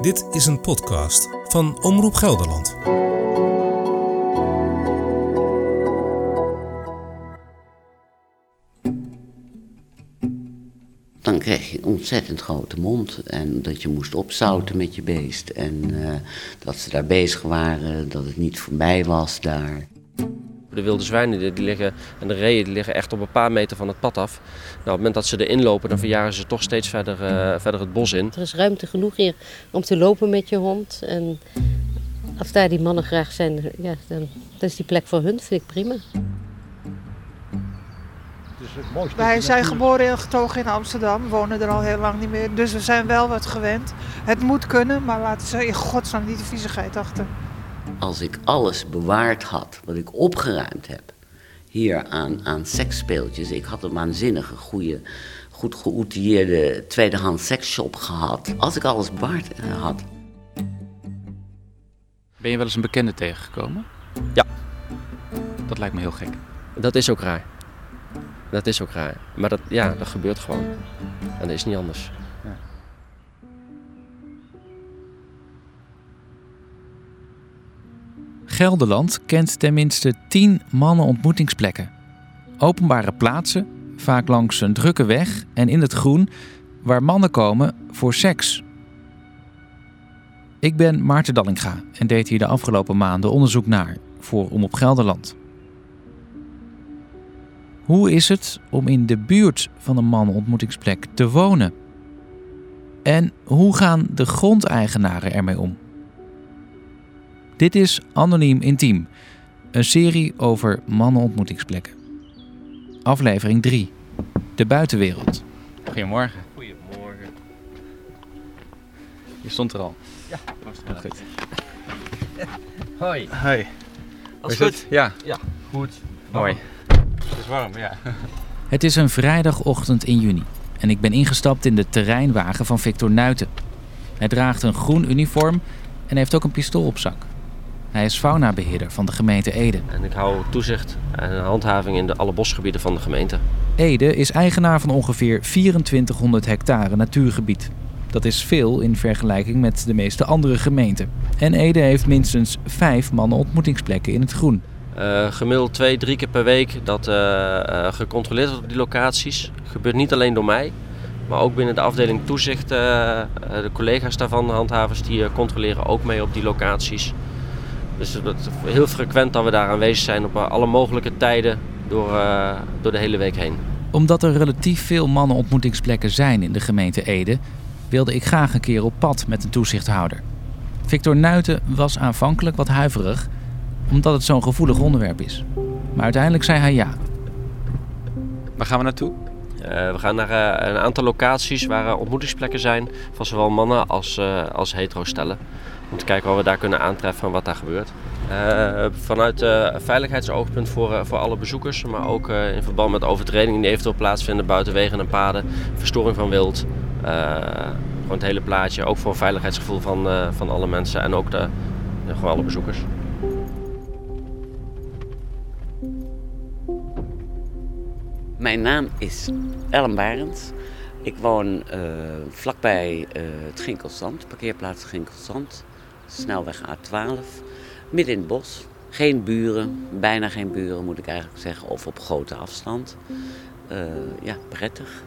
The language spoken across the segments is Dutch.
Dit is een podcast van Omroep Gelderland. Dan kreeg je een ontzettend grote mond en dat je moest opzouten met je beest. En dat ze daar bezig waren, dat het niet voorbij was daar. De wilde zwijnen die liggen, en de reeën die liggen echt op een paar meter van het pad af. Nou, op het moment dat ze erin lopen, dan verjaren ze toch steeds verder het bos in. Er is ruimte genoeg hier om te lopen met je hond. En als daar die mannen graag zijn, ja, dan is die plek voor hun, vind ik prima. Wij zijn geboren en getogen in Amsterdam, wonen er al heel lang niet meer. Dus we zijn wel wat gewend. Het moet kunnen, maar laten ze in godsnaam niet de viezigheid achter. Als ik alles bewaard had wat ik opgeruimd heb hier aan seksspeeltjes. Ik had een waanzinnige, goede, goed geoutilleerde tweedehands seksshop gehad. Als ik alles bewaard had. Ben je wel eens een bekende tegengekomen? Ja. Dat lijkt me heel gek. Dat is ook raar. Maar dat gebeurt gewoon. En dat is niet anders. Ja. Gelderland kent tenminste 10 mannenontmoetingsplekken. Openbare plaatsen, vaak langs een drukke weg en in het groen, waar mannen komen voor seks. Ik ben Maarten Dallinga en deed hier de afgelopen maanden onderzoek naar voor Omroep Gelderland. Hoe is het om in de buurt van een mannenontmoetingsplek te wonen? En hoe gaan de grondeigenaren ermee om? Dit is Anoniem Intiem, een serie over mannenontmoetingsplekken. Aflevering 3, de buitenwereld. Goedemorgen. Goedemorgen. Je stond er al. Ja. Heel goed. Hoi. Hoi. Alles goed? Ja. Ja, goed. Mooi. Het is warm, ja. Het is een vrijdagochtend in juni en ik ben ingestapt in de terreinwagen van Victor Nuiten. Hij draagt een groen uniform en heeft ook een pistool op zak. Hij is faunabeheerder van de gemeente Ede. En ik hou toezicht en handhaving in alle bosgebieden van de gemeente. Ede is eigenaar van ongeveer 2400 hectare natuurgebied. Dat is veel in vergelijking met de meeste andere gemeenten. En Ede heeft minstens 5 mannenontmoetingsplekken in het groen. Gemiddeld 2-3 keer per week dat gecontroleerd wordt op die locaties. Gebeurt niet alleen door mij, maar ook binnen de afdeling toezicht. De collega's daarvan, de handhavers, die controleren ook mee op die locaties. Dus het is heel frequent dat we daar aanwezig zijn op alle mogelijke tijden door de hele week heen. Omdat er relatief veel mannenontmoetingsplekken zijn in de gemeente Ede, wilde ik graag een keer op pad met een toezichthouder. Victor Nuiten was aanvankelijk wat huiverig, omdat het zo'n gevoelig onderwerp is. Maar uiteindelijk zei hij ja. Waar gaan we naartoe? We gaan naar een aantal locaties waar ontmoetingsplekken zijn van zowel mannen als hetero stellen. Om te kijken wat we daar kunnen aantreffen en wat daar gebeurt. Vanuit veiligheidsoogpunt voor alle bezoekers, maar ook in verband met overtredingen die eventueel plaatsvinden buiten wegen en paden, verstoring van wild. Gewoon het hele plaatje, ook voor een veiligheidsgevoel van alle mensen en ook gewoon alle bezoekers. Mijn naam is Ellen Barends. Ik woon vlakbij het Ginkelzand, parkeerplaats Ginkelzand. Snelweg A12, midden in het bos. Geen buren, bijna geen buren moet ik eigenlijk zeggen, of op grote afstand. Prettig.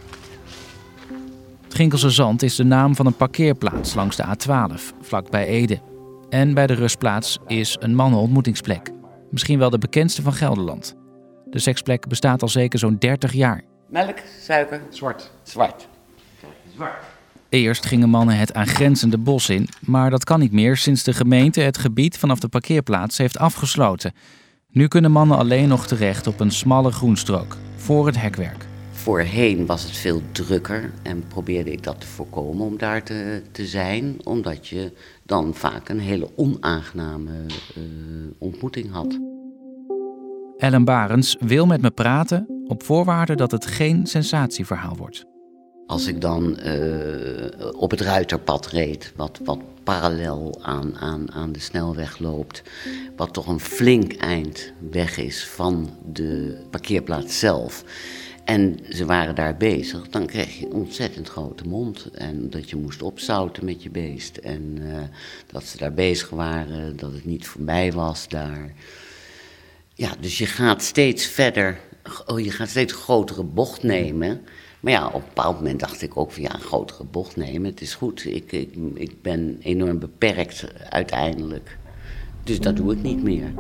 Het Ginkelse Zand is de naam van een parkeerplaats langs de A12, vlakbij Ede. En bij de rustplaats is een mannenontmoetingsplek. Misschien wel de bekendste van Gelderland. De seksplek bestaat al zeker zo'n 30 jaar. Melk, suiker, zwart. Zwart. Eerst gingen mannen het aangrenzende bos in, maar dat kan niet meer sinds de gemeente het gebied vanaf de parkeerplaats heeft afgesloten. Nu kunnen mannen alleen nog terecht op een smalle groenstrook, voor het hekwerk. Voorheen was het veel drukker en probeerde ik dat te voorkomen om daar te zijn, omdat je dan vaak een hele onaangename ontmoeting had. Ellen Barends wil met me praten op voorwaarde dat het geen sensatieverhaal wordt. Als ik dan op het Ruiterpad reed, wat parallel aan de snelweg loopt, wat toch een flink eind weg is van de parkeerplaats zelf. en ze waren daar bezig, dan kreeg je een ontzettend grote mond. En dat je moest opzouten met je beest. En dat ze daar bezig waren, dat het niet voorbij was daar. Ja, dus je gaat steeds verder, je gaat steeds een grotere bocht nemen. Maar ja, op een bepaald moment dacht ik ook van ja, een grotere bocht nemen, het is goed. Ik ben enorm beperkt uiteindelijk. Dus dat doe ik niet meer.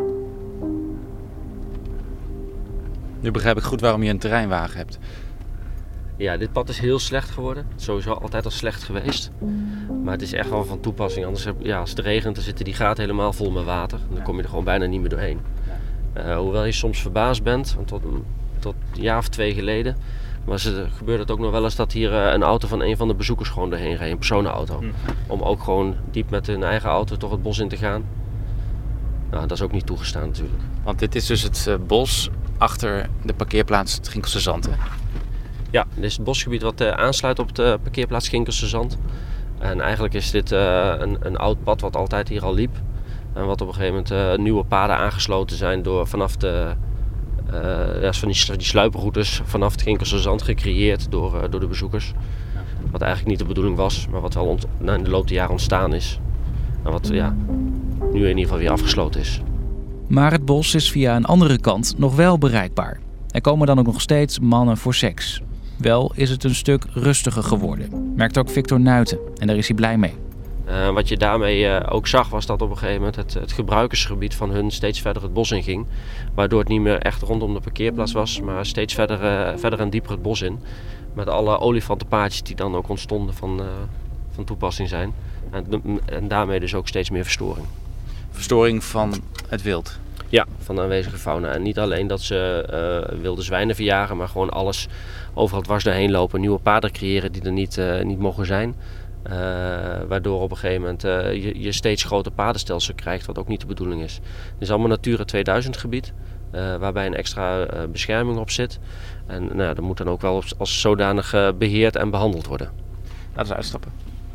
Nu begrijp ik goed waarom je een terreinwagen hebt. Ja, dit pad is heel slecht geworden. Sowieso altijd al slecht geweest. Maar het is echt wel van toepassing. Anders, als het regent, dan zitten die gaten helemaal vol met water. En dan kom je er gewoon bijna niet meer doorheen. Hoewel je soms verbaasd bent, want tot een jaar of 2 geleden... gebeurde het ook nog wel eens dat hier een auto van een van de bezoekers gewoon doorheen reed. Een personenauto. Om ook gewoon diep met hun eigen auto toch het bos in te gaan. Nou, dat is ook niet toegestaan natuurlijk. Want dit is dus het bos achter de parkeerplaats het Ginkelse Zand, hè? Ja, dit is het bosgebied wat aansluit op de parkeerplaats Ginkelse Zand. En eigenlijk is dit een oud pad wat altijd hier al liep. En wat op een gegeven moment nieuwe paden aangesloten zijn door vanaf van die sluiproutes vanaf het Ginkelse Zand gecreëerd door de bezoekers. Wat eigenlijk niet de bedoeling was, maar wat wel in de loop der jaren ontstaan is. En wat nu in ieder geval weer afgesloten is. Maar het bos is via een andere kant nog wel bereikbaar. Er komen dan ook nog steeds mannen voor seks. Wel is het een stuk rustiger geworden, merkt ook Victor Nuiten. En daar is hij blij mee. Wat je daarmee ook zag was dat op een gegeven moment het gebruikersgebied van hun steeds verder het bos in ging. Waardoor het niet meer echt rondom de parkeerplaats was, maar steeds verder en dieper het bos in. Met alle olifantenpaadjes die dan ook ontstonden van toepassing zijn. En daarmee dus ook steeds meer verstoring. Verstoring van het wild? Ja, van de aanwezige fauna. En niet alleen dat ze wilde zwijnen verjagen, maar gewoon alles overal dwars doorheen lopen. Nieuwe paden creëren die er niet mogen zijn. Waardoor op een gegeven moment je steeds groter padenstelsel krijgt, wat ook niet de bedoeling is. Het is allemaal Natura 2000 gebied, waarbij een extra bescherming op zit. En dat moet dan ook wel als zodanig beheerd en behandeld worden. Laten we uitstappen.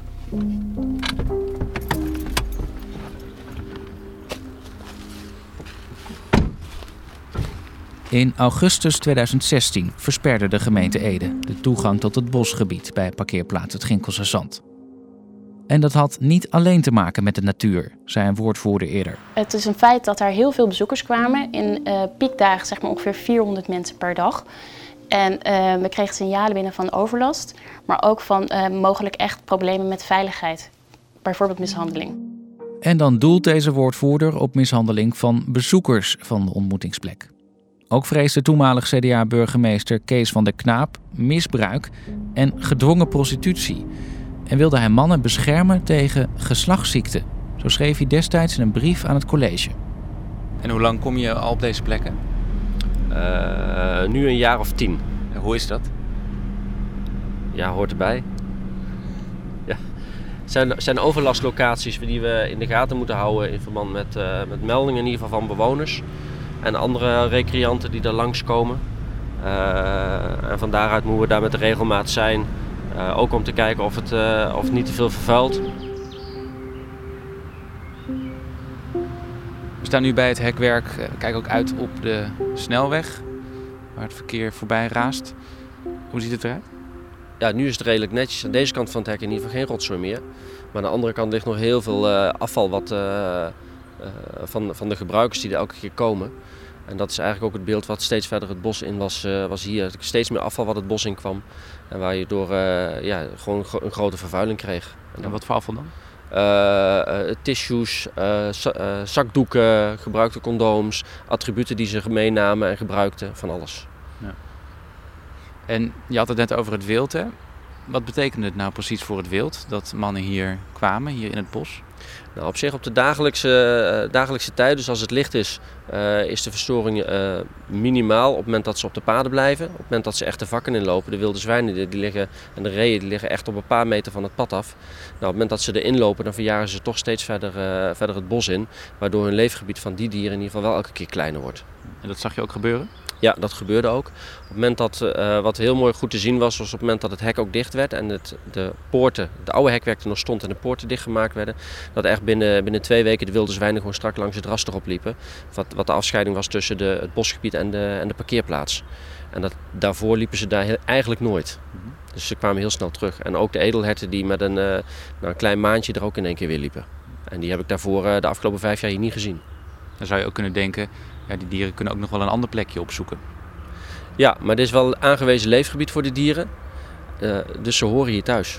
In augustus 2016 versperde de gemeente Ede de toegang tot het bosgebied bij parkeerplaats het Ginkelse Zand. En dat had niet alleen te maken met de natuur, zei een woordvoerder eerder. Het is een feit dat er heel veel bezoekers kwamen. In piekdagen zeg maar ongeveer 400 mensen per dag. En we kregen signalen binnen van overlast, maar ook van mogelijk echt problemen met veiligheid. Bijvoorbeeld mishandeling. En dan doelt deze woordvoerder op mishandeling van bezoekers van de ontmoetingsplek. Ook vreesde toenmalig CDA-burgemeester Kees van der Knaap misbruik en gedwongen prostitutie. En wilde hij mannen beschermen tegen geslachtsziekten. Zo schreef hij destijds in een brief aan het college. En hoe lang kom je al op deze plekken? Nu een jaar of 10. En hoe is dat? Ja, hoort erbij. Ja. Het zijn overlastlocaties die we in de gaten moeten houden in verband met meldingen in ieder geval van bewoners. En andere recreanten die er langskomen. En van daaruit moeten we daar met de regelmaat zijn. Ook om te kijken of het niet te veel vervuilt. We staan nu bij het hekwerk. Kijk ook uit op de snelweg waar het verkeer voorbij raast. Hoe ziet het eruit? Ja, nu is het redelijk netjes. Aan deze kant van het hek in ieder geval geen rotzooi meer. Maar aan de andere kant ligt nog heel veel afval van de gebruikers die er elke keer komen. En dat is eigenlijk ook het beeld wat steeds verder het bos in was hier. Steeds meer afval wat het bos in kwam. En waar je door gewoon een grote vervuiling kreeg. En wat voor afval dan? Tissues, zakdoeken, gebruikte condooms, attributen die ze meenamen en gebruikten, van alles. Ja. En je had het net over het wild, hè? Wat betekende het nou precies voor het wild dat mannen hier kwamen, hier in het bos? Nou, op zich op de dagelijkse tijd, dus als het licht is de verstoring minimaal op het moment dat ze op de paden blijven. Op het moment dat ze echt de vakken inlopen, de wilde zwijnen die liggen, en de reeën die liggen echt op een paar meter van het pad af. Nou, op het moment dat ze erin lopen, dan verjagen ze toch steeds verder het bos in. Waardoor hun leefgebied van die dieren in ieder geval wel elke keer kleiner wordt. En dat zag je ook gebeuren? Ja, dat gebeurde ook. Op het moment dat, wat heel mooi goed te zien was op het moment dat het hek ook dicht werd en de poorten, de oude hekwerk er nog stond en de poorten dichtgemaakt werden, dat echt binnen 2 weken de wilde zwijnen gewoon strak langs het ras erop liepen. Wat de afscheiding was tussen het bosgebied en de parkeerplaats. En daarvoor liepen ze daar eigenlijk nooit. Dus ze kwamen heel snel terug. En ook de edelherten die met een klein maandje er ook in één keer weer liepen. En die heb ik daarvoor de afgelopen 5 jaar hier niet gezien. Dan zou je ook kunnen denken, ja, die dieren kunnen ook nog wel een ander plekje opzoeken. Ja, maar dit is wel een aangewezen leefgebied voor de dieren. Dus ze horen hier thuis.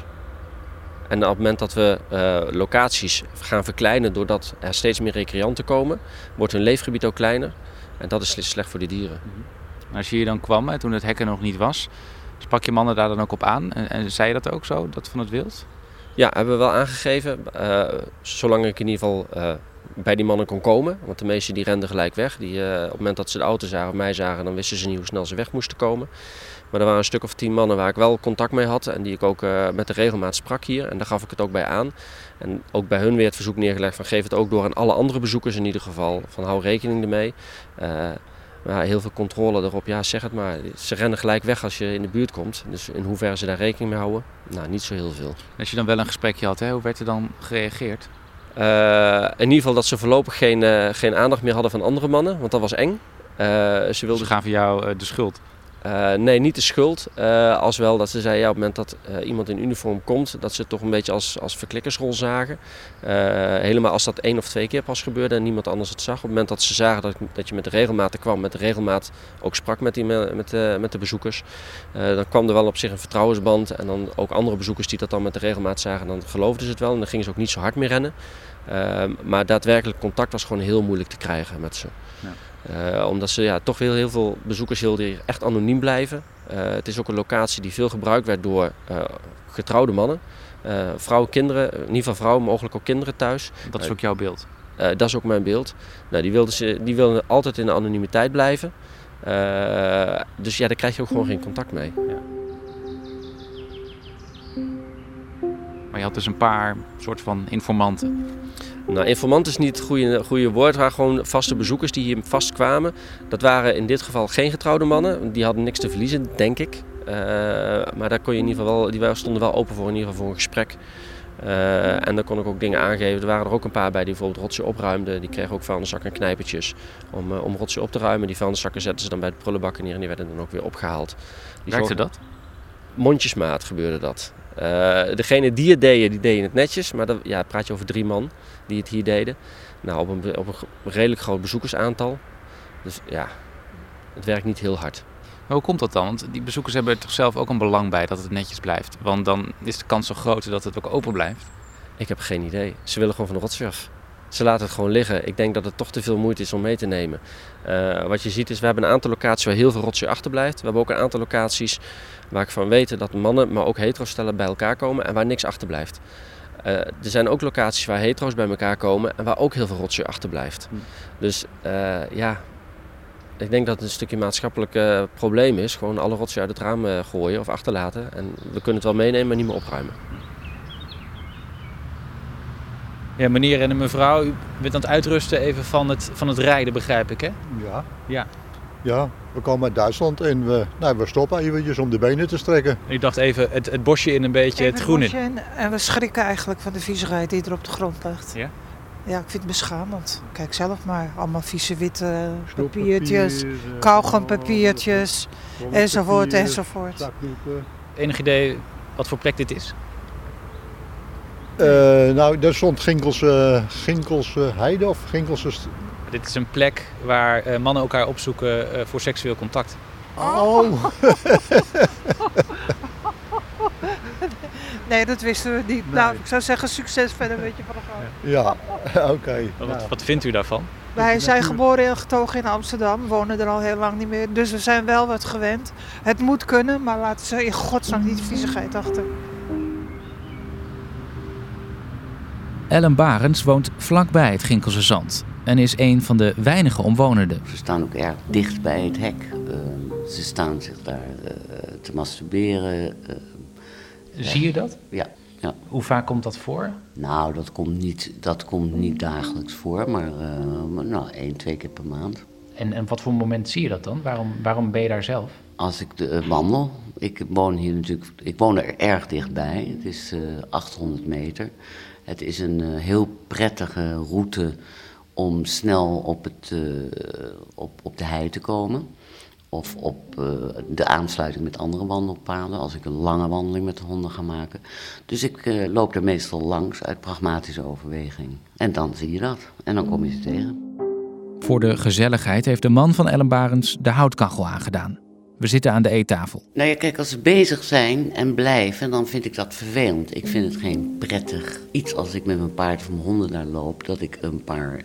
En op het moment dat we locaties gaan verkleinen doordat er steeds meer recreanten komen, wordt hun leefgebied ook kleiner. En dat is slecht voor de dieren. Maar als je hier dan kwam, en toen het hek er nog niet was, sprak je mannen daar dan ook op aan? En zei je dat ook zo, dat van het wild? Ja, hebben we wel aangegeven. Zolang ik in ieder geval bij die mannen kon komen. Want de meesten die renden gelijk weg. Op het moment dat ze de auto zagen of mij zagen, dan wisten ze niet hoe snel ze weg moesten komen. Maar er waren een stuk of 10 mannen waar ik wel contact mee had. En die ik ook met de regelmaat sprak hier. En daar gaf ik het ook bij aan. En ook bij hun weer het verzoek neergelegd van geef het ook door aan alle andere bezoekers in ieder geval. Van hou rekening ermee. Maar heel veel controle erop, ja zeg het maar. Ze rennen gelijk weg als je in de buurt komt. Dus in hoeverre ze daar rekening mee houden? Nou, niet zo heel veel. Als je dan wel een gesprekje had, hoe werd er dan gereageerd? In ieder geval dat ze voorlopig geen aandacht meer hadden van andere mannen, want dat was eng. Ze gaven jou de schuld? Nee, niet de schuld. Als wel dat ze zeiden, ja, op het moment dat iemand in uniform komt, dat ze het toch een beetje als verklikkersrol zagen. Helemaal als dat 1 of 2 keer pas gebeurde en niemand anders het zag. Op het moment dat ze zagen dat je met de regelmaat er kwam, met de regelmaat ook sprak met de bezoekers. Dan kwam er wel op zich een vertrouwensband. En dan ook andere bezoekers die dat dan met de regelmaat zagen, dan geloofden ze het wel. En dan gingen ze ook niet zo hard meer rennen. Maar daadwerkelijk contact was gewoon heel moeilijk te krijgen met ze. Ja. Omdat ze toch heel veel bezoekers wilden echt anoniem blijven. Het is ook een locatie die veel gebruikt werd door getrouwde mannen. Vrouwen, kinderen, in ieder geval vrouwen, mogelijk ook kinderen thuis. Dat is ook jouw beeld? Dat is ook mijn beeld. Nou, die wilden altijd in de anonimiteit blijven. Dus ja, daar krijg je ook gewoon geen contact mee. Ja. Maar je had dus een paar soort van informanten. Nou, informant is niet het goede woord, maar gewoon vaste bezoekers die hier vast kwamen. Dat waren in dit geval geen getrouwde mannen, die hadden niks te verliezen, denk ik. Maar daar kon je in ieder geval die stonden wel open voor, in ieder geval voor een gesprek. En daar kon ik ook dingen aangeven. Er waren er ook een paar bij die bijvoorbeeld rotzooi opruimden. Die kregen ook vuilniszakken en knijpertjes om rotzooi op te ruimen. Die vuilniszakken zetten ze dan bij de prullenbakken neer en die werden dan ook weer opgehaald. Werkte dat? Mondjesmaat gebeurde dat. Degene die het deden, die deden het netjes. Maar dan praat je over 3 man die het hier deden. Nou, op een redelijk groot bezoekersaantal. Dus ja, het werkt niet heel hard. Maar hoe komt dat dan? Want die bezoekers hebben er toch zelf ook een belang bij dat het netjes blijft. Want dan is de kans zo groot dat het ook open blijft. Ik heb geen idee. Ze willen gewoon van de rotzooi af. Ze laten het gewoon liggen. Ik denk dat het toch te veel moeite is om mee te nemen. Wat je ziet is, we hebben een aantal locaties waar heel veel rotzooi achterblijft. We hebben ook een aantal locaties waar ik van weet dat mannen, maar ook hetero-stellen bij elkaar komen en waar niks achterblijft. Er zijn ook locaties waar hetero's bij elkaar komen en waar ook heel veel rotzooi achterblijft. Dus ik denk dat het een stukje maatschappelijk probleem is. Gewoon alle rotzooi uit het raam gooien of achterlaten. En we kunnen het wel meenemen, maar niet meer opruimen. Ja, meneer en mevrouw, u bent aan het uitrusten even van het rijden, begrijp ik, hè? Ja, we komen uit Duitsland en we stoppen eventjes om de benen te strekken. U dacht even het bosje in een beetje het groen in. En we schrikken eigenlijk van de viezigheid die er op de grond ligt. Ja? Ja, ik vind het beschamend. Kijk zelf maar, allemaal vieze witte papiertjes, kauwgompapiertjes, enzovoort. Enig idee wat voor plek dit is? Daar stond Ginkelse Heide of Ginkelse... Dit is een plek waar mannen elkaar opzoeken voor seksueel contact. Oh! Nee, dat wisten we niet. Nee. Nou, ik zou zeggen succes verder met je van de gang. Ja, oké. Wat vindt u daarvan? Wij zijn geboren en getogen in Amsterdam, wonen er al heel lang niet meer. Dus we zijn wel wat gewend. Het moet kunnen, maar laten ze in godsnaam niet de viezigheid achter. Ellen Barends woont vlakbij het Ginkelse Zand en is een van de weinige omwonenden. Ze staan ook erg dicht bij het hek. Ze staan zich daar te masturberen. Zie je dat? Ja. Hoe vaak komt dat voor? Nou, dat komt niet dagelijks voor, maar 1-2 keer per maand. En wat voor moment zie je dat dan? Waarom ben je daar zelf? Als ik wandel, ik woon er erg dichtbij. Het is 800 meter. Het is een heel prettige route om snel op de hei te komen. Of op de aansluiting met andere wandelpaden, als ik een lange wandeling met de honden ga maken. Dus ik loop er meestal langs uit pragmatische overweging. En dan zie je dat. En dan kom je ze tegen. Voor de gezelligheid heeft de man van Ellen Barends de houtkachel aangedaan. We zitten aan de eettafel. Nou ja, kijk, als ze bezig zijn en blijven, dan vind ik dat vervelend. Ik vind het geen prettig iets als ik met mijn paard of mijn honden daar loop, dat ik een paar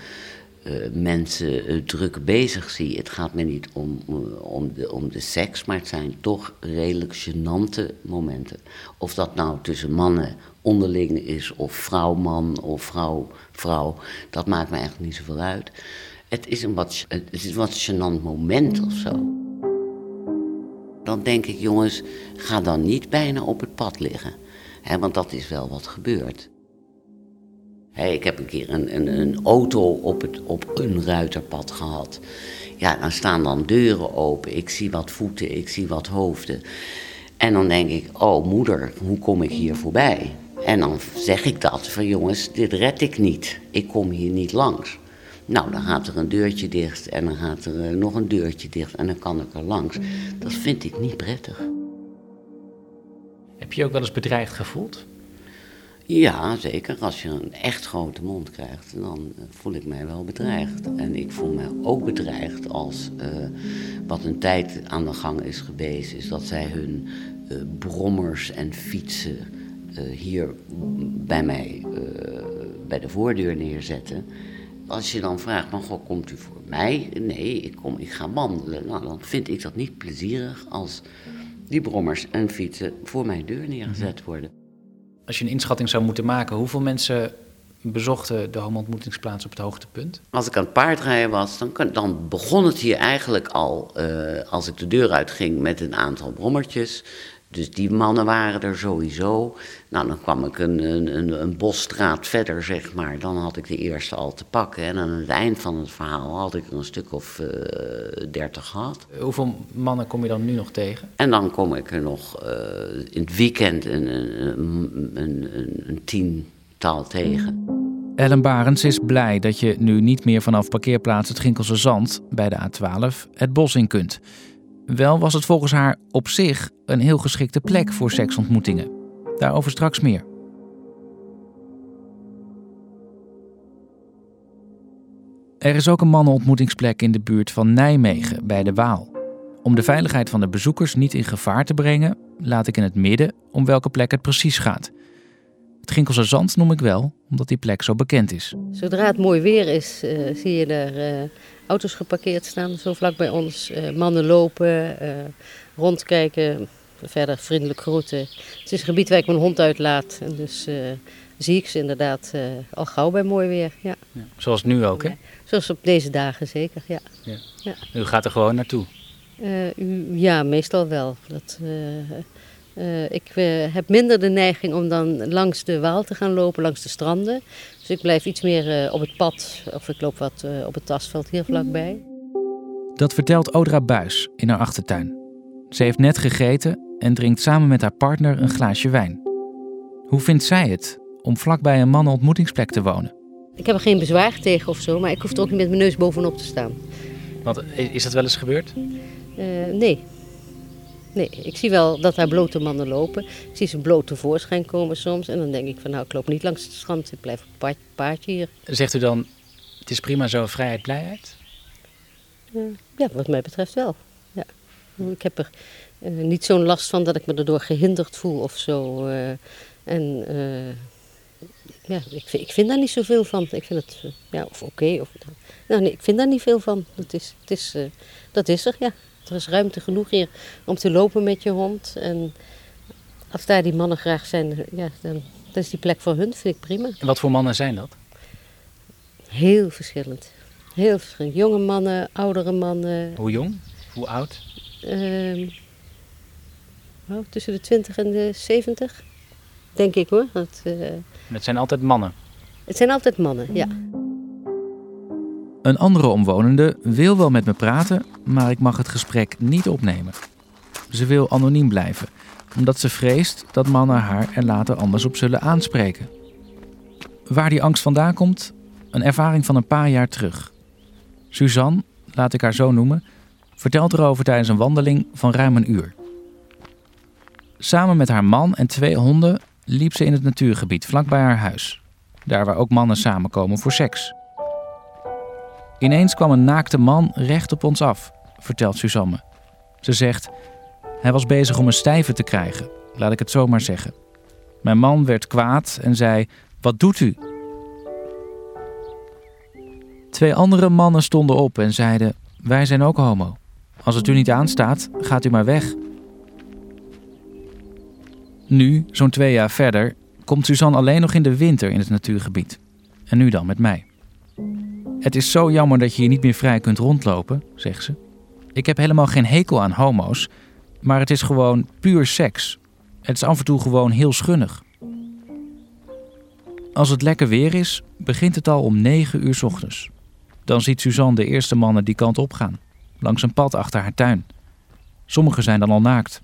mensen druk bezig zie. Het gaat me niet om de seks, maar het zijn toch redelijk gênante momenten. Of dat nou tussen mannen onderling is, of vrouw-man, of vrouw-vrouw, dat maakt me eigenlijk niet zoveel uit. Het is een wat gênant moment of zo. Dan denk ik, jongens, ga dan niet bijna op het pad liggen. Want dat is wel wat gebeurt. Ik heb een keer een auto op een ruiterpad gehad. Ja, dan staan dan deuren open. Ik zie wat voeten, ik zie wat hoofden. En dan denk ik, oh moeder, hoe kom ik hier voorbij? En dan zeg ik dat van jongens, dit red ik niet. Ik kom hier niet langs. Nou, dan gaat er een deurtje dicht en dan gaat er nog een deurtje dicht en dan kan ik er langs. Dat vind ik niet prettig. Heb je je ook wel eens bedreigd gevoeld? Ja, zeker. Als je een echt grote mond krijgt, dan voel ik mij wel bedreigd. En ik voel mij ook bedreigd als wat een tijd aan de gang is geweest, is dat zij hun brommers en fietsen hier bij mij bij de voordeur neerzetten. Als je dan vraagt, maar goh, komt u voor mij? Nee, ik ga wandelen. Nou, dan vind ik dat niet plezierig als die brommers en fietsen voor mijn deur neergezet worden. Als je een inschatting zou moeten maken, hoeveel mensen bezochten de homo-ontmoetingsplaats op het hoogtepunt? Als ik aan het paardrijden was, dan begon het hier eigenlijk al, als ik de deur uitging, met een aantal brommertjes. Dus die mannen waren er sowieso. Nou, dan kwam ik een bosstraat verder, zeg maar. Dan had ik de eerste al te pakken. En aan het eind van het verhaal had ik er een stuk of 30 gehad. Hoeveel mannen kom je dan nu nog tegen? En dan kom ik er nog in het weekend een 10-tal tegen. Ellen Barends is blij dat je nu niet meer vanaf parkeerplaats het Ginkelse Zand bij de A12 het bos in kunt. Wel was het volgens haar op zich een heel geschikte plek voor seksontmoetingen. Daarover straks meer. Er is ook een mannenontmoetingsplek in de buurt van Nijmegen bij de Waal. Om de veiligheid van de bezoekers niet in gevaar te brengen, laat ik in het midden om welke plek het precies gaat. Het Ginkelse Zand noem ik wel, omdat die plek zo bekend is. Zodra het mooi weer is, zie je er auto's geparkeerd staan, zo vlak bij ons. Mannen lopen, rondkijken, verder vriendelijk groeten. Het is een gebied waar ik mijn hond uitlaat. En dus zie ik ze inderdaad al gauw bij mooi weer. Ja. Ja, zoals nu ook, hè? Zoals op deze dagen zeker, ja. Ja. Ja. U gaat er gewoon naartoe? Ja, meestal wel. Ik heb minder de neiging om dan langs de Waal te gaan lopen, langs de stranden. Dus ik blijf iets meer op het pad of ik loop wat op het asfalt hier vlakbij. Dat vertelt Audra Buis in haar achtertuin. Ze heeft net gegeten en drinkt samen met haar partner een glaasje wijn. Hoe vindt zij het om vlakbij een mannenontmoetingsplek te wonen? Ik heb er geen bezwaar tegen of zo, maar ik hoef er ook niet met mijn neus bovenop te staan. Want is dat wel eens gebeurd? Nee. Nee, ik zie wel dat daar blote mannen lopen. Ik zie ze bloot tevoorschijn komen soms. En dan denk ik van, nou, ik loop niet langs het strand. Ik blijf op het paardje hier. Zegt u dan, het is prima zo, vrijheid, blijheid? Ja, wat mij betreft wel. Ja. Ik heb er niet zo'n last van dat ik me erdoor gehinderd voel of zo. Ja, ik vind daar niet zoveel van. Ik vind het, of oké. Nou nee, ik vind daar niet veel van. Dat is er, ja. Er is ruimte genoeg hier om te lopen met je hond. En als daar die mannen graag zijn, ja, dan is die plek voor hun, vind ik prima. En wat voor mannen zijn dat? Heel verschillend. Heel verschillend. Jonge mannen, oudere mannen. Hoe jong? Hoe oud? Tussen de 20 en de 70, denk ik hoor. Het zijn altijd mannen? Het zijn altijd mannen, ja. Een andere omwonende wil wel met me praten, maar ik mag het gesprek niet opnemen. Ze wil anoniem blijven, omdat ze vreest dat mannen haar er later anders op zullen aanspreken. Waar die angst vandaan komt? Een ervaring van een paar jaar terug. Suzanne, laat ik haar zo noemen, vertelt erover tijdens een wandeling van ruim een uur. Samen met haar man en 2 honden liep ze in het natuurgebied vlakbij haar huis. Daar waar ook mannen samenkomen voor seks. Ineens kwam een naakte man recht op ons af, vertelt Suzanne me. Ze zegt, hij was bezig om een stijve te krijgen, laat ik het zo maar zeggen. Mijn man werd kwaad en zei, wat doet u? 2 andere mannen stonden op en zeiden, wij zijn ook homo. Als het u niet aanstaat, gaat u maar weg. Nu, zo'n 2 jaar verder, komt Suzanne alleen nog in de winter in het natuurgebied. En nu dan met mij. Het is zo jammer dat je hier niet meer vrij kunt rondlopen, zegt ze. Ik heb helemaal geen hekel aan homo's, maar het is gewoon puur seks. Het is af en toe gewoon heel schunnig. Als het lekker weer is, begint het al om 9 uur 's ochtends. Dan ziet Suzanne de eerste mannen die kant op gaan, langs een pad achter haar tuin. Sommigen zijn dan al naakt.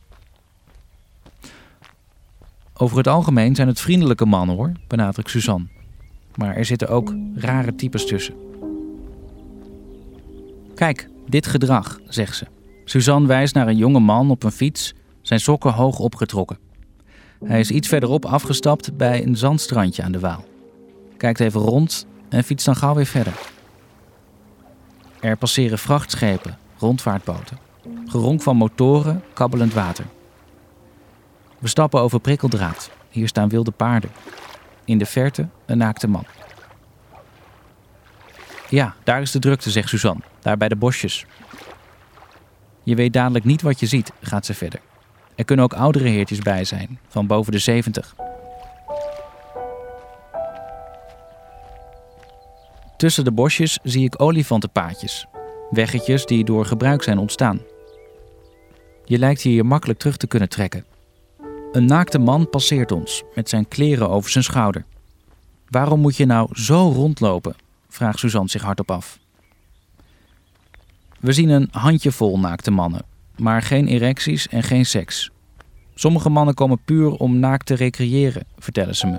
Over het algemeen zijn het vriendelijke mannen hoor, benadrukt Suzanne. Maar er zitten ook rare types tussen. Kijk, dit gedrag, zegt ze. Suzanne wijst naar een jonge man op een fiets, zijn sokken hoog opgetrokken. Hij is iets verderop afgestapt bij een zandstrandje aan de Waal. Kijkt even rond en fietst dan gauw weer verder. Er passeren vrachtschepen, rondvaartboten. Geronk van motoren, kabbelend water. We stappen over prikkeldraad. Hier staan wilde paarden. In de verte een naakte man. Ja, daar is de drukte, zegt Suzanne. Daar bij de bosjes. Je weet dadelijk niet wat je ziet, gaat ze verder. Er kunnen ook oudere heertjes bij zijn, van boven de 70. Tussen de bosjes zie ik olifantenpaadjes. Weggetjes die door gebruik zijn ontstaan. Je lijkt hier makkelijk terug te kunnen trekken. Een naakte man passeert ons, met zijn kleren over zijn schouder. Waarom moet je nou zo rondlopen? Vraagt Suzanne zich hardop af. We zien een handjevol naakte mannen, maar geen erecties en geen seks. Sommige mannen komen puur om naakt te recreëren, vertellen ze me.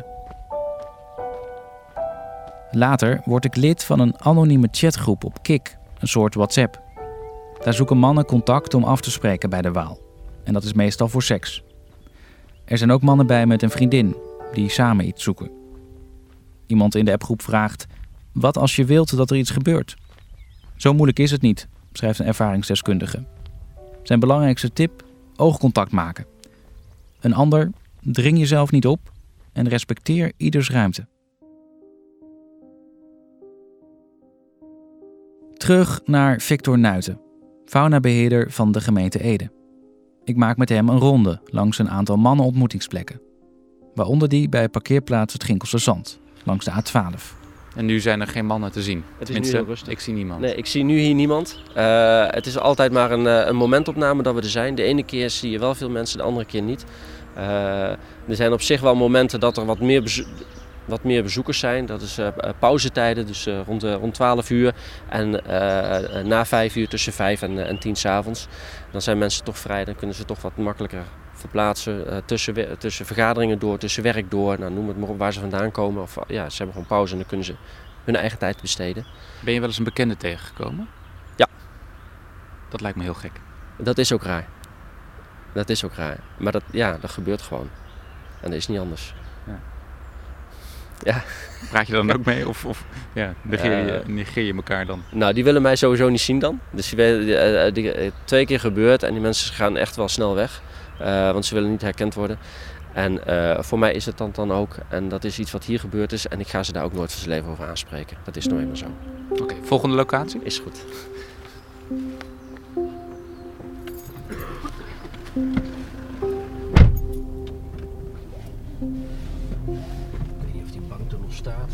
Later word ik lid van een anonieme chatgroep op Kik, een soort WhatsApp. Daar zoeken mannen contact om af te spreken bij de Waal. En dat is meestal voor seks. Er zijn ook mannen bij met een vriendin, die samen iets zoeken. Iemand in de appgroep vraagt, wat als je wilt dat er iets gebeurt? Zo moeilijk is het niet, schrijft een ervaringsdeskundige. Zijn belangrijkste tip, oogcontact maken. Een ander, dring jezelf niet op en respecteer ieders ruimte. Terug naar Victor Nuiten, faunabeheerder van de gemeente Ede. Ik maak met hem een ronde langs een aantal mannenontmoetingsplekken. Waaronder die bij parkeerplaats het Ginkelse Zand, langs de A12. En nu zijn er geen mannen te zien? Het is nu heel rustig. Ik zie niemand. Nee, ik zie nu hier niemand. Het is altijd maar een momentopname dat we er zijn. De ene keer zie je wel veel mensen, de andere keer niet. Er zijn op zich wel momenten dat er wat meer bezoekers zijn. Dat is pauzetijden, dus rond 12 uur. En na 5 uur tussen 5 en 10 's avonds. Dan zijn mensen toch vrij, dan kunnen ze toch wat makkelijker verplaatsen. Tussen vergaderingen door, tussen werk door. Nou, noem het maar op waar ze vandaan komen. Of ja, ze hebben gewoon pauze en dan kunnen ze hun eigen tijd besteden. Ben je wel eens een bekende tegengekomen? Ja. Dat lijkt me heel gek. Dat is ook raar. Maar dat gebeurt gewoon. En dat is niet anders. Ja. Praat je dan ook mee of negeer je elkaar dan? Nou, die willen mij sowieso niet zien dan. Dus die 2 keer gebeurd en die mensen gaan echt wel snel weg. Want ze willen niet herkend worden. En voor mij is het dan ook, en dat is iets wat hier gebeurd is, en ik ga ze daar ook nooit van zijn leven over aanspreken. Dat is nou eenmaal zo. Oké, volgende locatie? Is goed. Ik weet niet of die bank er nog staat.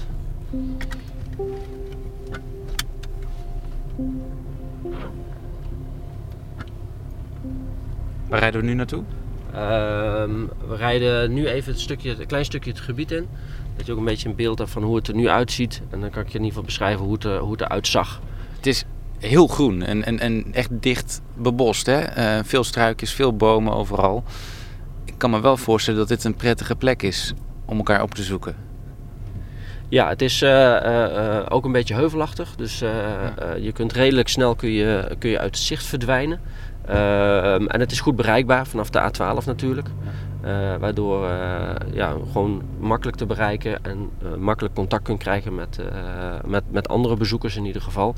Waar rijden we nu naartoe? We rijden nu even een klein stukje het gebied in. Dat je ook een beetje een beeld hebt van hoe het er nu uitziet. En dan kan ik je in ieder geval beschrijven hoe het eruit zag. Het is heel groen en echt dicht bebost. Hè? Veel struikjes, veel bomen overal. Ik kan me wel voorstellen dat dit een prettige plek is om elkaar op te zoeken. Ja, het is ook een beetje heuvelachtig. Dus je kunt redelijk snel kun je uit het zicht verdwijnen. En het is goed bereikbaar vanaf de A12 natuurlijk. Waardoor gewoon makkelijk te bereiken en makkelijk contact kunt krijgen met andere bezoekers in ieder geval.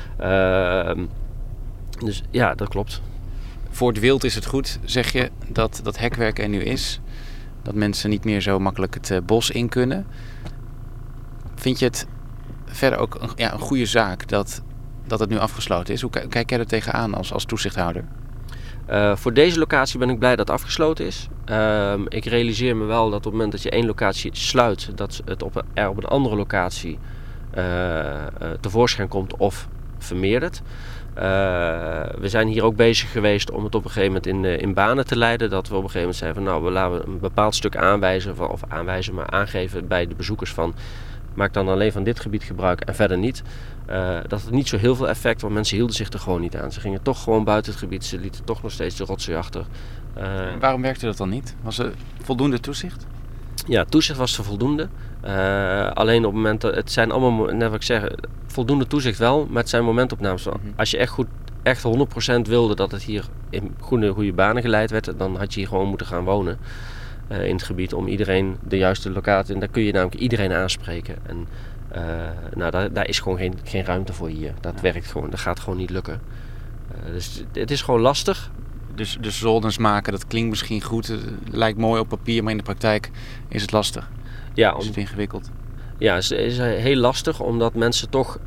Dus ja, dat klopt. Voor het wild is het goed, zeg je, dat hekwerk er nu is. Dat mensen niet meer zo makkelijk het bos in kunnen. Vind je het verder ook een goede zaak dat het nu afgesloten is? Hoe kijk jij er tegenaan als toezichthouder? Voor deze locatie ben ik blij dat het afgesloten is. Ik realiseer me wel dat op het moment dat je één locatie sluit, dat het op een andere locatie tevoorschijn komt of vermeerdert. We zijn hier ook bezig geweest om het op een gegeven moment in banen te leiden. Dat we op een gegeven moment zeiden van we laten een bepaald stuk aangeven bij de bezoekers van maak dan alleen van dit gebied gebruik en verder niet. Dat had niet zo heel veel effect, want mensen hielden zich er gewoon niet aan. Ze gingen toch gewoon buiten het gebied, ze lieten toch nog steeds de rotzooi achter. Waarom werkte dat dan niet? Was er voldoende toezicht? Ja, toezicht was er voldoende. Alleen op het moment dat het zijn allemaal, net wat ik zeg, voldoende toezicht wel, maar het zijn momentopnames. Als je echt 100% wilde dat het hier in goede banen geleid werd, dan had je hier gewoon moeten gaan wonen. In het gebied om iedereen de juiste locatie. En daar kun je namelijk iedereen aanspreken. En daar is gewoon geen ruimte voor hier. Dat werkt gewoon. Dat gaat gewoon niet lukken. Dus het is gewoon lastig. Dus zolders maken, dat klinkt misschien goed. Het lijkt mooi op papier, maar in de praktijk is het lastig. Ja, is het ingewikkeld? Ja, het is heel lastig omdat mensen toch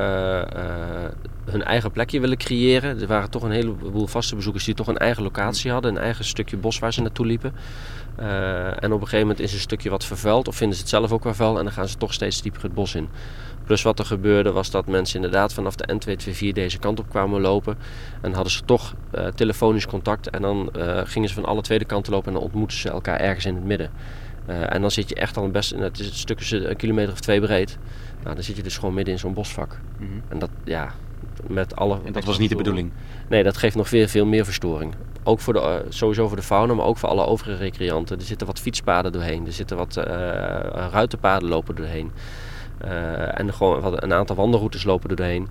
hun eigen plekje willen creëren. Er waren toch een heleboel vaste bezoekers die toch een eigen locatie hadden. Een eigen stukje bos waar ze naartoe liepen. En op een gegeven moment is een stukje wat vervuild of vinden ze het zelf ook wel vuil en dan gaan ze toch steeds dieper het bos in. Plus wat er gebeurde was dat mensen inderdaad vanaf de N224 deze kant op kwamen lopen en hadden ze toch telefonisch contact en dan gingen ze van alle twee kanten lopen en dan ontmoetten ze elkaar ergens in het midden. En dan zit je echt al het is een stukje een kilometer of 2 breed. Nou, dan zit je dus gewoon midden in zo'n bosvak. Mm-hmm. En dat, ja, en dat was niet de bedoeling? Nee, dat geeft nog veel meer verstoring. Ook sowieso voor de fauna, maar ook voor alle overige recreanten. Er zitten wat fietspaden doorheen, er zitten wat ruitenpaden lopen doorheen. En gewoon een aantal wandelroutes lopen er doorheen.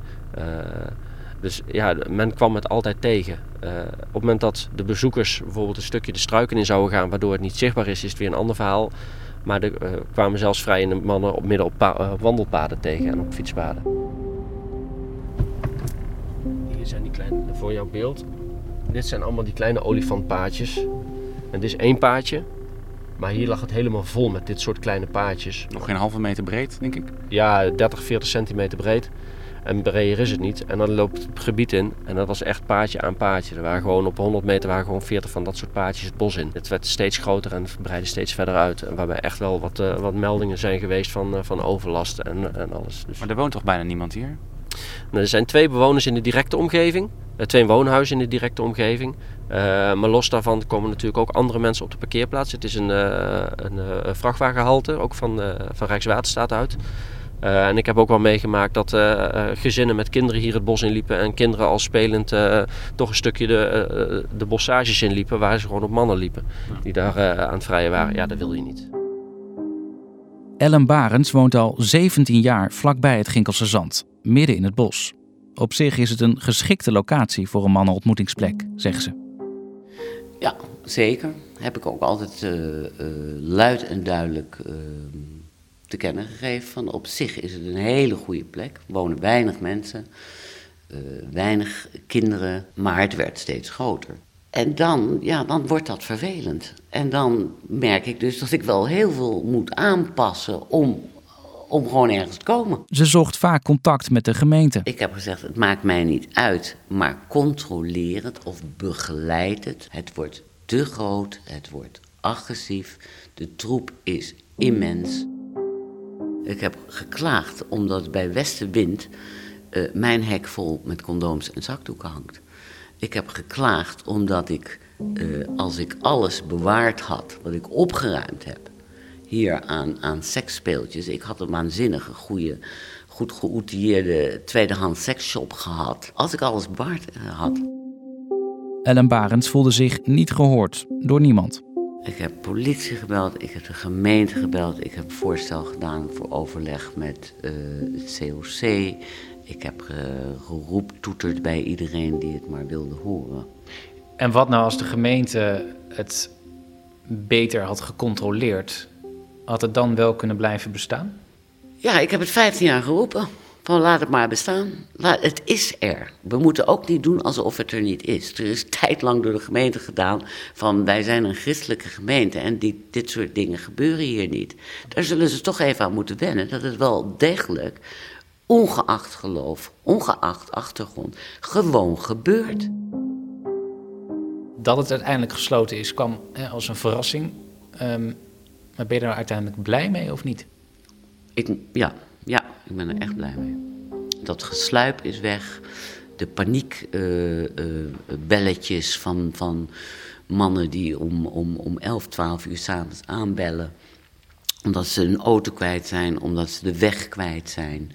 Dus ja, men kwam het altijd tegen. Op het moment dat de bezoekers bijvoorbeeld een stukje de struiken in zouden gaan, waardoor het niet zichtbaar is het weer een ander verhaal. Maar er kwamen zelfs vrijende mannen midden op wandelpaden tegen en op fietspaden. Hier zijn die kleine, voor jouw beeld. Dit zijn allemaal die kleine olifantpaadjes. En dit is 1 paadje. Maar hier lag het helemaal vol met dit soort kleine paadjes. Nog geen halve meter breed, denk ik? Ja, 30, 40 centimeter breed. En breder is het niet. En dan loopt het gebied in. En dat was echt paadje aan paadje. Er waren gewoon op 100 meter waren gewoon 40 van dat soort paadjes het bos in. Het werd steeds groter en breidde steeds verder uit. En waarbij echt wel wat meldingen zijn geweest van overlast en alles. Dus. Maar er woont toch bijna niemand hier? Nou, er zijn 2 bewoners in de directe omgeving. 2 woonhuizen in de directe omgeving. Maar los daarvan komen natuurlijk ook andere mensen op de parkeerplaats. Het is een vrachtwagenhalte, ook van Rijkswaterstaat uit. En ik heb ook wel meegemaakt dat gezinnen met kinderen hier het bos inliepen en kinderen al spelend toch een stukje de bossages inliepen waar ze gewoon op mannen liepen. Die daar aan het vrijen waren. Ja, dat wil je niet. Ellen Barends woont al 17 jaar vlakbij het Ginkelse Zand, midden in het bos. Op zich is het een geschikte locatie voor een mannenontmoetingsplek, zegt ze. Ja, zeker. Heb ik ook altijd luid en duidelijk te kennen gegeven. Van op zich is het een hele goede plek. Er wonen weinig mensen, weinig kinderen, maar het werd steeds groter. En dan wordt dat vervelend. En dan merk ik dus dat ik wel heel veel moet aanpassen om gewoon ergens te komen. Ze zocht vaak contact met de gemeente. Ik heb gezegd, het maakt mij niet uit, maar controleer het of begeleid het. Het wordt te groot, het wordt agressief, de troep is immens. Ik heb geklaagd omdat bij westenwind mijn hek vol met condooms en zakdoeken hangt. Ik heb geklaagd omdat als ik alles bewaard had wat ik opgeruimd heb, hier aan seksspeeltjes. Ik had een waanzinnige, goede, goed geoutilleerde tweedehands seksshop gehad. Als ik alles bewaard had. Ellen Barends voelde zich niet gehoord door niemand. Ik heb politie gebeld, ik heb de gemeente gebeld. Ik heb voorstel gedaan voor overleg met het COC. Ik heb geroeptoeterd bij iedereen die het maar wilde horen. En wat nou als de gemeente het beter had gecontroleerd? Had het dan wel kunnen blijven bestaan? Ja, ik heb het 15 jaar geroepen. Van laat het maar bestaan. Het is er. We moeten ook niet doen alsof het er niet is. Er is tijdlang door de gemeente gedaan van wij zijn een christelijke gemeente en dit soort dingen gebeuren hier niet. Daar zullen ze toch even aan moeten wennen dat het wel degelijk, ongeacht geloof, ongeacht achtergrond, gewoon gebeurt. Dat het uiteindelijk gesloten is, kwam als een verrassing. Maar ben je er uiteindelijk blij mee of niet? Ja, ik ben er echt blij mee. Dat gesluip is weg. De paniekbelletjes van mannen die om 11, 12 uur 's avonds aanbellen. Omdat ze een auto kwijt zijn, omdat ze de weg kwijt zijn.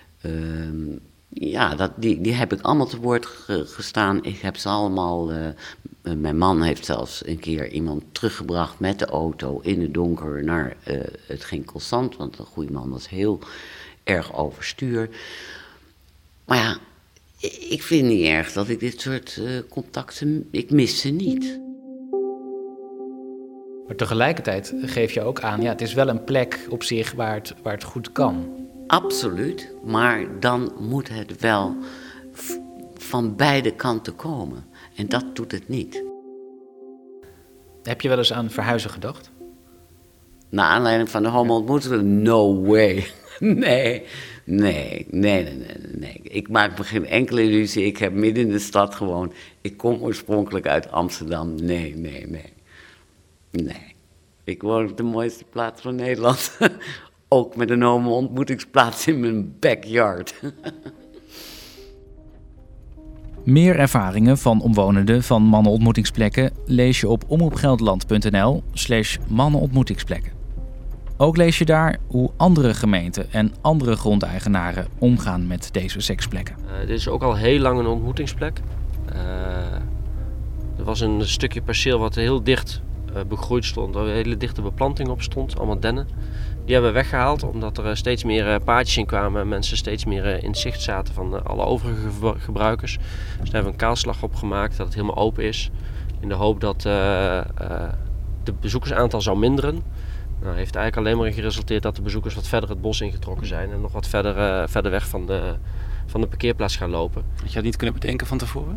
Die heb ik allemaal te woord gestaan. Ik heb ze allemaal... mijn man heeft zelfs een keer iemand teruggebracht met de auto in het donker naar het Ginkelszand. Want een goede man was heel erg overstuur. Maar ja, ik vind het niet erg dat ik dit soort contacten... Ik mis ze niet. Maar tegelijkertijd geef je ook aan, het is wel een plek op zich waar het goed kan. Absoluut, maar dan moet het wel van beide kanten komen. En dat doet het niet. Heb je wel eens aan verhuizen gedacht? Naar aanleiding van de homo-ontmoeting? No way. Nee. Ik maak me geen enkele illusie. Ik heb midden in de stad gewoond. Ik kom oorspronkelijk uit Amsterdam. Nee. Ik woon op de mooiste plaats van Nederland. Ook met een homo-ontmoetingsplaats in mijn backyard. Meer ervaringen van omwonenden van mannenontmoetingsplekken lees je op omroepgelderland.nl/mannenontmoetingsplekken. Ook lees je daar hoe andere gemeenten en andere grondeigenaren omgaan met deze seksplekken. Dit is ook al heel lang een ontmoetingsplek. Er was een stukje perceel wat heel dicht begroeid stond, waar een hele dichte beplanting op stond, allemaal dennen. Die hebben we weggehaald omdat er steeds meer paadjes in kwamen en mensen steeds meer in zicht zaten van alle overige gebruikers. Dus daar hebben we een kaalslag op gemaakt dat het helemaal open is. In de hoop dat het bezoekersaantal zou minderen. Nou, heeft eigenlijk alleen maar in geresulteerd dat de bezoekers wat verder het bos ingetrokken zijn en nog wat verder weg van de parkeerplaats gaan lopen. Had je dat niet kunnen bedenken van tevoren?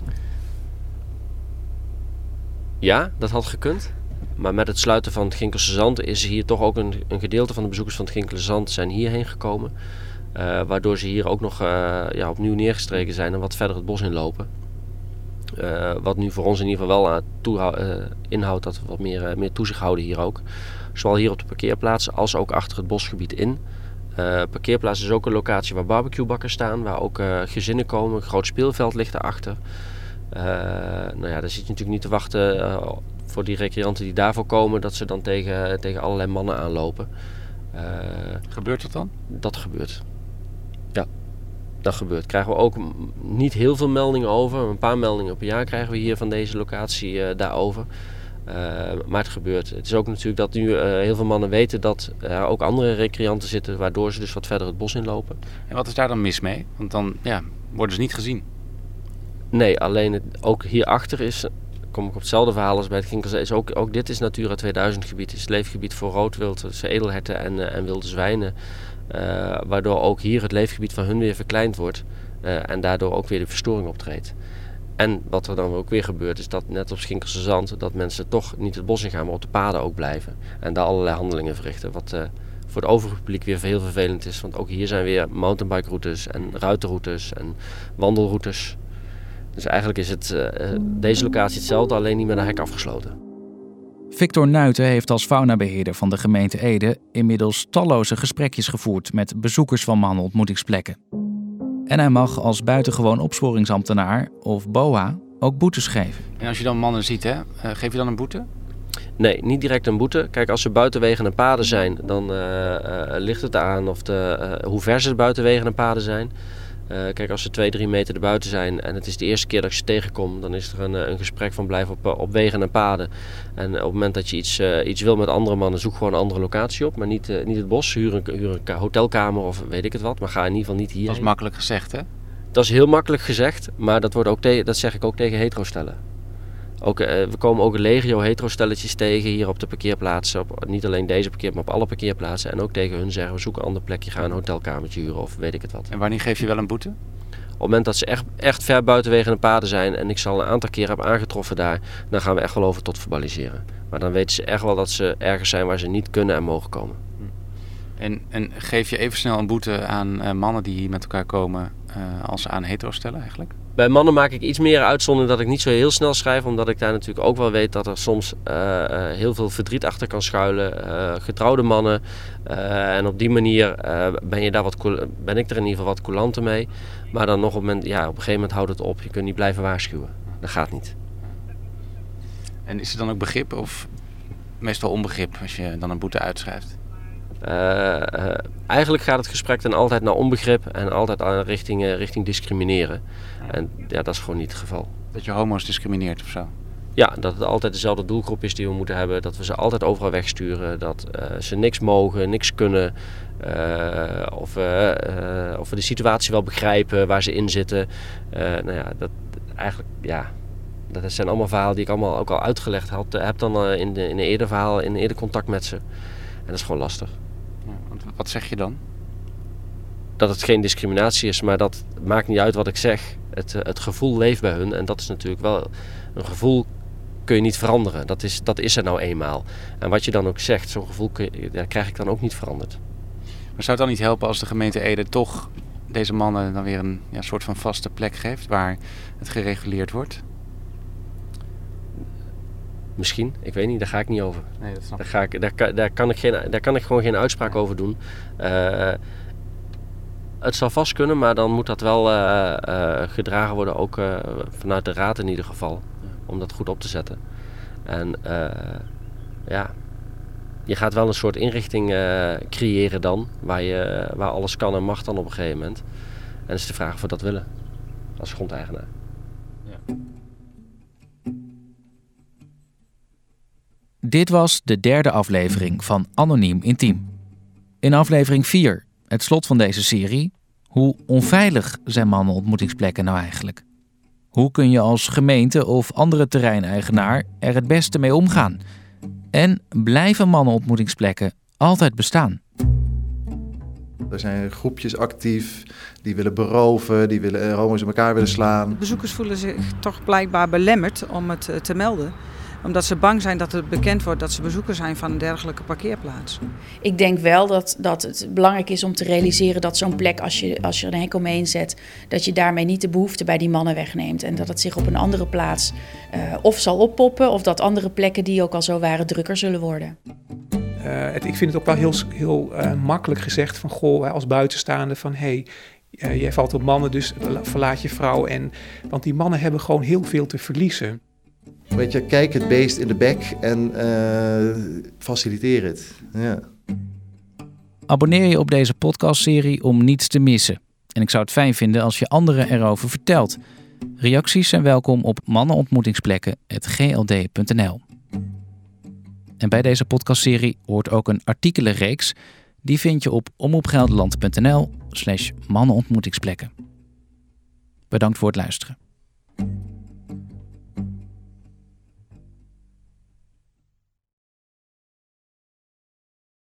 Ja, dat had gekund. Maar met het sluiten van het Ginkelse Zand is hier toch ook een gedeelte van de bezoekers van het Ginkelse Zand zijn hierheen gekomen. Waardoor ze hier ook nog opnieuw neergestreken zijn en wat verder het bos inlopen. Wat nu voor ons in ieder geval wel inhoudt dat we wat meer toezicht houden hier ook. Zowel hier op de parkeerplaats als ook achter het bosgebied in. Parkeerplaats is ook een locatie waar barbecuebakken staan, waar ook gezinnen komen. Een groot speelveld ligt daarachter. Daar zit je natuurlijk niet te wachten voor die recreanten die daarvoor komen, dat ze dan tegen allerlei mannen aanlopen. Gebeurt dat dan? Dat gebeurt. Ja, dat gebeurt. Krijgen we ook niet heel veel meldingen over. Een paar meldingen per jaar krijgen we hier van deze locatie daarover. Maar het gebeurt. Het is ook natuurlijk dat nu heel veel mannen weten dat er ook andere recreanten zitten, waardoor ze dus wat verder het bos inlopen. En wat is daar dan mis mee? Want dan worden ze niet gezien. Nee, alleen ook hierachter kom ik op hetzelfde verhaal als bij het Ginkelse. Ook dit is Natura 2000 gebied. Het is leefgebied voor roodwild, edelherten en wilde zwijnen. Waardoor ook hier het leefgebied van hun weer verkleind wordt. En daardoor ook weer de verstoring optreedt. En wat er dan ook weer gebeurt is dat net op Ginkelse Zand dat mensen toch niet het bos ingaan, maar op de paden ook blijven. En daar allerlei handelingen verrichten. Wat voor het overige publiek weer heel vervelend is. Want ook hier zijn weer mountainbike routes en ruitenroutes en wandelroutes. Dus eigenlijk is deze locatie hetzelfde, alleen niet met een hek afgesloten. Victor Nuiten heeft als faunabeheerder van de gemeente Ede inmiddels talloze gesprekjes gevoerd met bezoekers van mannenontmoetingsplekken. En hij mag als buitengewoon opsporingsambtenaar, of BOA, ook boetes geven. En als je dan mannen ziet, geef je dan een boete? Nee, niet direct een boete. Kijk, als ze buitenwegen en paden zijn, dan ligt het aan hoe ver ze buitenwegen en paden zijn. Kijk, als ze 2-3 meter erbuiten zijn en het is de eerste keer dat ik ze tegenkom, dan is er een gesprek van blijf op wegen en paden. En op het moment dat je iets wil met andere mannen, zoek gewoon een andere locatie op. Maar niet het bos, huur een hotelkamer of weet ik het wat. Maar ga in ieder geval niet hier. Dat is makkelijk gezegd, hè? Dat is heel makkelijk gezegd, maar dat zeg ik ook tegen hetero-stellen. We komen ook een legio hetero-stelletjes tegen hier op de parkeerplaatsen. Niet alleen deze parkeerplaats, maar op alle parkeerplaatsen. En ook tegen hun zeggen, we zoeken een ander plekje, ga een hotelkamertje huren of weet ik het wat. En wanneer geef je wel een boete? Op het moment dat ze echt ver buiten wegen en paden zijn en ik ze al een aantal keer heb aangetroffen daar, dan gaan we echt wel over tot verbaliseren. Maar dan weten ze echt wel dat ze ergens zijn waar ze niet kunnen en mogen komen. En geef je even snel een boete aan mannen die hier met elkaar komen als aan hetero-stellen eigenlijk? Bij mannen maak ik iets meer uitzondering dat ik niet zo heel snel schrijf, omdat ik daar natuurlijk ook wel weet dat er soms heel veel verdriet achter kan schuilen. Getrouwde mannen. En op die manier ben ik er in ieder geval wat coulanter mee. Maar dan nog op een gegeven moment houdt het op. Je kunt niet blijven waarschuwen. Dat gaat niet. En is er dan ook begrip of meestal onbegrip als je dan een boete uitschrijft? Eigenlijk gaat het gesprek dan altijd naar onbegrip en altijd richting discrimineren. En ja, dat is gewoon niet het geval. Dat je homo's discrimineert of zo? Ja, dat het altijd dezelfde doelgroep is die we moeten hebben. Dat we ze altijd overal wegsturen. Dat ze niks mogen, niks kunnen. Of we de situatie wel begrijpen waar ze in zitten. Dat zijn allemaal verhalen die ik allemaal ook al uitgelegd heb dan in een eerder verhaal, in een eerder contact met ze. En dat is gewoon lastig. Wat zeg je dan? Dat het geen discriminatie is, maar dat maakt niet uit wat ik zeg. Het gevoel leeft bij hun en dat is natuurlijk wel... Een gevoel kun je niet veranderen. Dat is er nou eenmaal. En wat je dan ook zegt, zo'n gevoel krijg ik dan ook niet veranderd. Maar zou het dan niet helpen als de gemeente Ede toch deze mannen dan weer een soort van vaste plek geeft waar het gereguleerd wordt? Misschien, ik weet niet, daar ga ik niet over. Nee, dat snap ik. Daar kan ik gewoon geen uitspraak over doen. Het zal vast kunnen, maar dan moet dat wel gedragen worden, ook vanuit de raad in ieder geval. Om dat goed op te zetten. En je gaat wel een soort inrichting creëren dan, waar alles kan en mag dan op een gegeven moment. En het is de vraag of we dat willen, als grondeigenaar. Ja. Dit was de 3e aflevering van Anoniem Intiem. In aflevering 4, het slot van deze serie, hoe onveilig zijn mannenontmoetingsplekken nou eigenlijk? Hoe kun je als gemeente of andere terreineigenaar er het beste mee omgaan? En blijven mannenontmoetingsplekken altijd bestaan? Er zijn groepjes actief die willen beroven, die willen homo's in elkaar willen slaan. Bezoekers voelen zich toch blijkbaar belemmerd om het te melden. Omdat ze bang zijn dat het bekend wordt dat ze bezoeker zijn van een dergelijke parkeerplaats. Ik denk wel dat het belangrijk is om te realiseren dat zo'n plek, als je er een hek omheen zet, dat je daarmee niet de behoefte bij die mannen wegneemt. En dat het zich op een andere plaats of zal oppoppen, of dat andere plekken die ook al zo waren drukker zullen worden. Ik vind het ook wel heel makkelijk gezegd van goh, als buitenstaande van jij valt op mannen, dus verlaat je vrouw. Want die mannen hebben gewoon heel veel te verliezen. Weet je, kijk het beest in de bek en faciliteer het. Ja. Abonneer je op deze podcastserie om niets te missen. En ik zou het fijn vinden als je anderen erover vertelt. Reacties zijn welkom op mannenontmoetingsplekken@gld.nl. En bij deze podcastserie hoort ook een artikelenreeks. Die vind je op omroepgelderland.nl/mannenontmoetingsplekken. Bedankt voor het luisteren.